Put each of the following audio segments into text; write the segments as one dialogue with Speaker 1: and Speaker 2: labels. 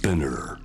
Speaker 1: Spinner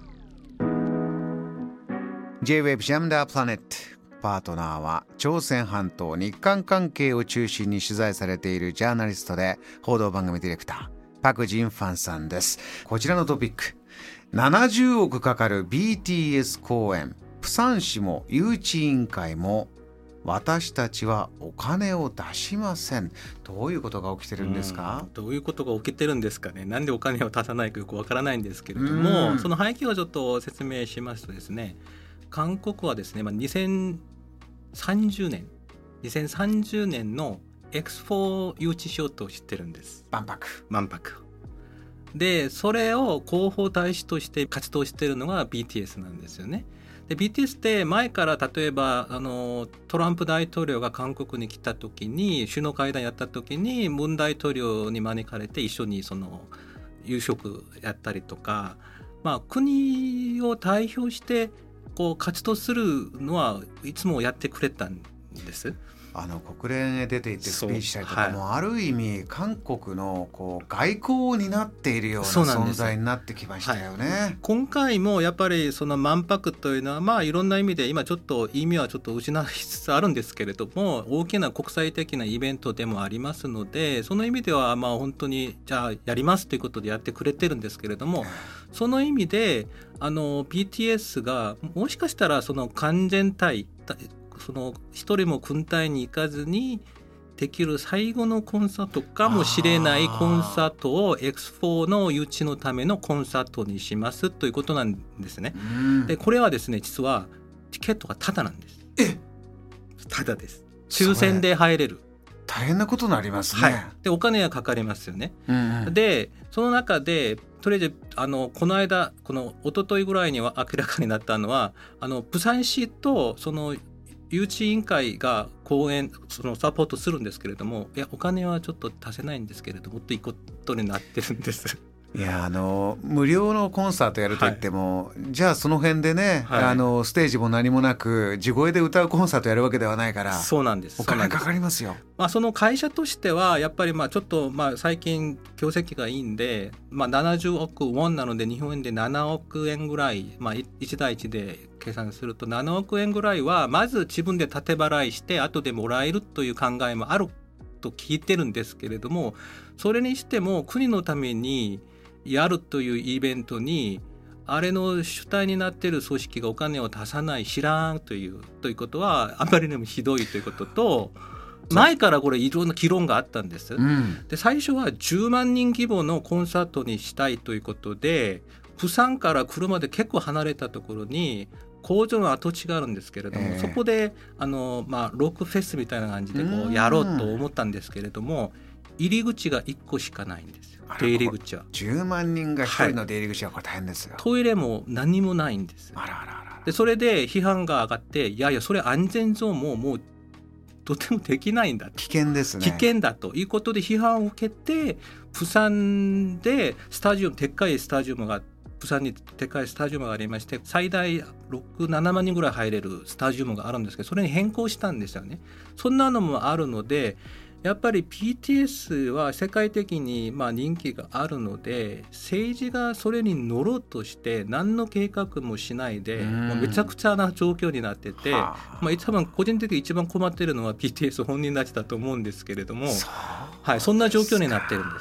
Speaker 2: J-Wave ジャムダープラネット。パートナーは朝鮮半島日韓関係を中心に取材されているジャーナリストで報道番組ディレクターパク・ジンファンさんです。こちらのトピック、70億かかる BTS 公演、プサン市も誘致委員会も私たちはお金を出しません。どういうことが起きてるんですか？
Speaker 3: どういうことが起きてるんですかね。なんでお金を出さないかよくわからないんですけれども、その背景をちょっと説明しますとですね、韓国はですね、2030年の X4 誘致しようとしてるんです。
Speaker 2: 万博
Speaker 3: で、それを広報大使として活動しているのが BTS なんですよね。で BTS って前から例えばトランプ大統領が韓国に来た時に首脳会談やった時にムン大統領に招かれて一緒にその夕食やったりとか、国を代表してこう活動するのはいつもやってくれたんです。
Speaker 2: 国連へ出て行ってスピーチしたりとかも、ある意味韓国のこう外交を担っているような存在になってきましたよね。
Speaker 3: 今回もやっぱりその万博というのはいろんな意味で今ちょっと意味はちょっと失いつつあるんですけれども、大きな国際的なイベントでもありますので、その意味では本当にじゃあやりますということでやってくれてるんですけれども、その意味でBTS がもしかしたらその完全体、その一人も軍隊に行かずにできる最後のコンサートかもしれないコンサートを X4 の誘致のためのコンサートにしますということなんですね。でこれはですね、実はチケットがタダなんです。タダです。抽選で入れる。
Speaker 2: 大変なことになりますね。
Speaker 3: でお金はかかりますよね。でその中でとりあえずこの間一昨日ぐらいには明らかになったのはプサン市とその誘致委員会が公演そのサポートするんですけれども、お金はちょっと足せないんですけれどもということになってるんです。
Speaker 2: いや無料のコンサートやるといっても、じゃあその辺でね、ステージも何もなく地声で歌うコンサートやるわけではないから、
Speaker 3: そうなんです。
Speaker 2: お金かかりますよ。
Speaker 3: その会社としてはやっぱりちょっと最近業績がいいんで、70億ウォンなので日本円で7億円ぐらい、1対1で計算すると7億円ぐらいはまず自分で縦払いして後でもらえるという考えもあると聞いてるんですけれども、それにしても国のためにやるというイベントにあれの主体になっている組織がお金を出さない、知らんということはあまりにもひどいということと、前からこれいろんな議論があったんです。で最初は10万人規模のコンサートにしたいということで、釜山から車で結構離れたところに工場の跡地があるんですけれども、そこでロックフェスみたいな感じでこうやろうと思ったんですけれども、入り口が1個しかないんですよ。出入り口は
Speaker 2: 10万人が1人の出入り口はこれ大変ですよ。
Speaker 3: トイレも何もないんです。でそれで批判が上がって、いやそれ安全ゾーンもうとてもできないんだと、
Speaker 2: 危険ですね、
Speaker 3: 危険だということで批判を受けて、釜山ででっかいスタジアムが釜山にでっかいスタジアムがありまして、最大6、7万人ぐらい入れるスタジアムがあるんですけど、それに変更したんですよね。そんなのもあるので、やっぱり BTS は世界的に人気があるので、政治がそれに乗ろうとして何の計画もしないで、もうめちゃくちゃな状況になってて、多分個人的に一番困っているのは BTS 本人たちだと思うんですけれども、そんな状況になってるんです。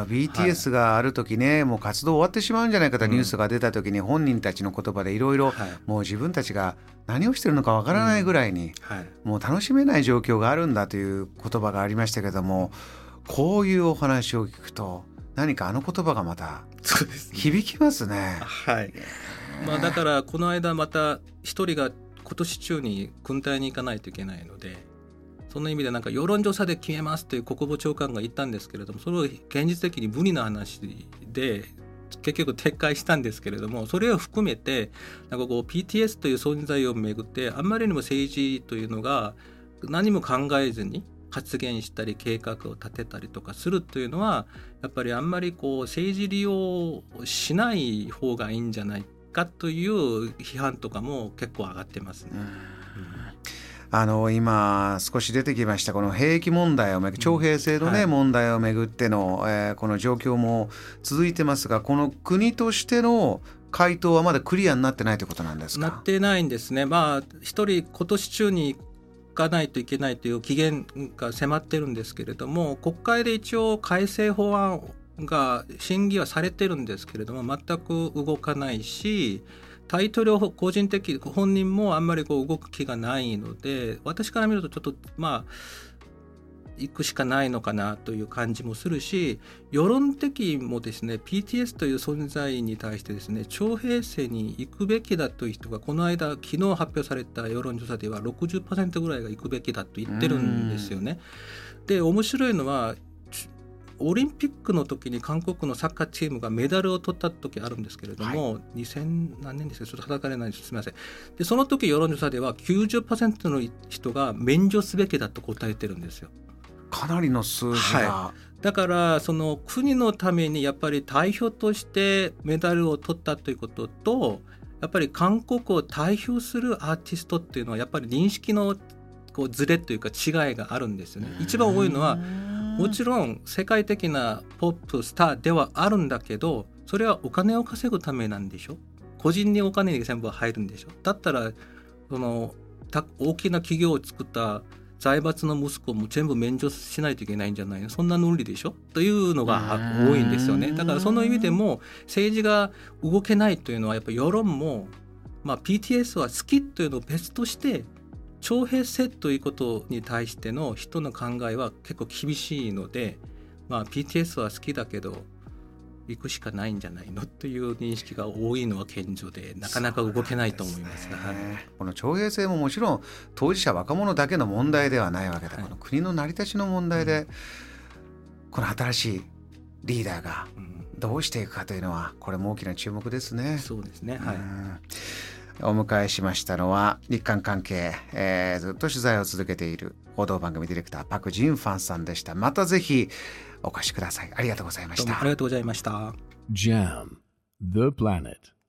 Speaker 2: BTS がある時ね、もう活動終わってしまうんじゃないかとニュースが出た時に、本人たちの言葉でいろいろもう自分たちが何をしてるのかわからないぐらいに、もう楽しめない状況があるんだという言葉がありましたけども、こういうお話を聞くと何か言葉がまた響きますね。
Speaker 3: だからこの間また一人が今年中に軍隊に行かないといけないので、その意味で世論調査で決めますという国防長官が言ったんですけれども、それを現実的に無理な話で結局撤回したんですけれども、それを含めてBTS という存在をめぐってあんまりにも政治というのが何も考えずに発言したり計画を立てたりとかするというのは、やっぱりあんまり政治利用しない方がいいんじゃないかという批判とかも結構上がってますね。
Speaker 2: 今少し出てきましたこの兵役問題をめぐ徴兵制の、問題をめぐっての、この状況も続いてますが、この国としての回答はまだクリアになってないということなんですか？
Speaker 3: なってないんですね。一人今年中に行かないといけないという期限が迫ってるんですけれども、国会で一応改正法案が審議はされてるんですけれども、全く動かないし、大統領個人的本人もあんまり動く気がないので、私から見るとちょっと行くしかないのかなという感じもするし、世論的もですね BTS という存在に対してですね、徴兵制に行くべきだという人がこの間昨日発表された世論調査では 60% ぐらいが行くべきだと言ってるんですよね。で面白いのはオリンピックの時に韓国のサッカーチームがメダルを取った時あるんですけれども、2000何年ですか、ちょっと叩かれないです、すみません。でその時世論調査では 90% の人が免除すべきだと答えてるんですよ。
Speaker 2: かなりの数字が、
Speaker 3: だからその国のためにやっぱり代表としてメダルを取ったということと、やっぱり韓国を代表するアーティストっていうのはやっぱり認識のズレというか違いがあるんですよね。一番多いのはもちろん世界的なポップスターではあるんだけど、それはお金を稼ぐためなんでしょ。個人にお金に全部入るんでしょ。だったらその大きな企業を作った財閥の息子も全部免除しないといけないんじゃないの、そんな論理でしょというのが多いんですよね。だからその意味でも政治が動けないというのはやっぱり世論も、BTS は好きというのを別として徴兵制ということに対しての人の考えは結構厳しいので、BTS は好きだけど行くしかないんじゃないのという認識が多いのは現状で、なかなか動けないと思いますが、
Speaker 2: この徴兵制ももちろん当事者若者だけの問題ではないわけだ、この国の成り立ちの問題で、この新しいリーダーがどうしていくかというのはこれも大きな注目ですね。
Speaker 3: そうですね、
Speaker 2: お迎えしましたのは日韓関係、ずっと取材を続けている報道番組ディレクターパク・ジンファンさんでした。またぜひお越しください。ありがとうございました。
Speaker 3: どうもありがとうございました。
Speaker 1: JAM The Planet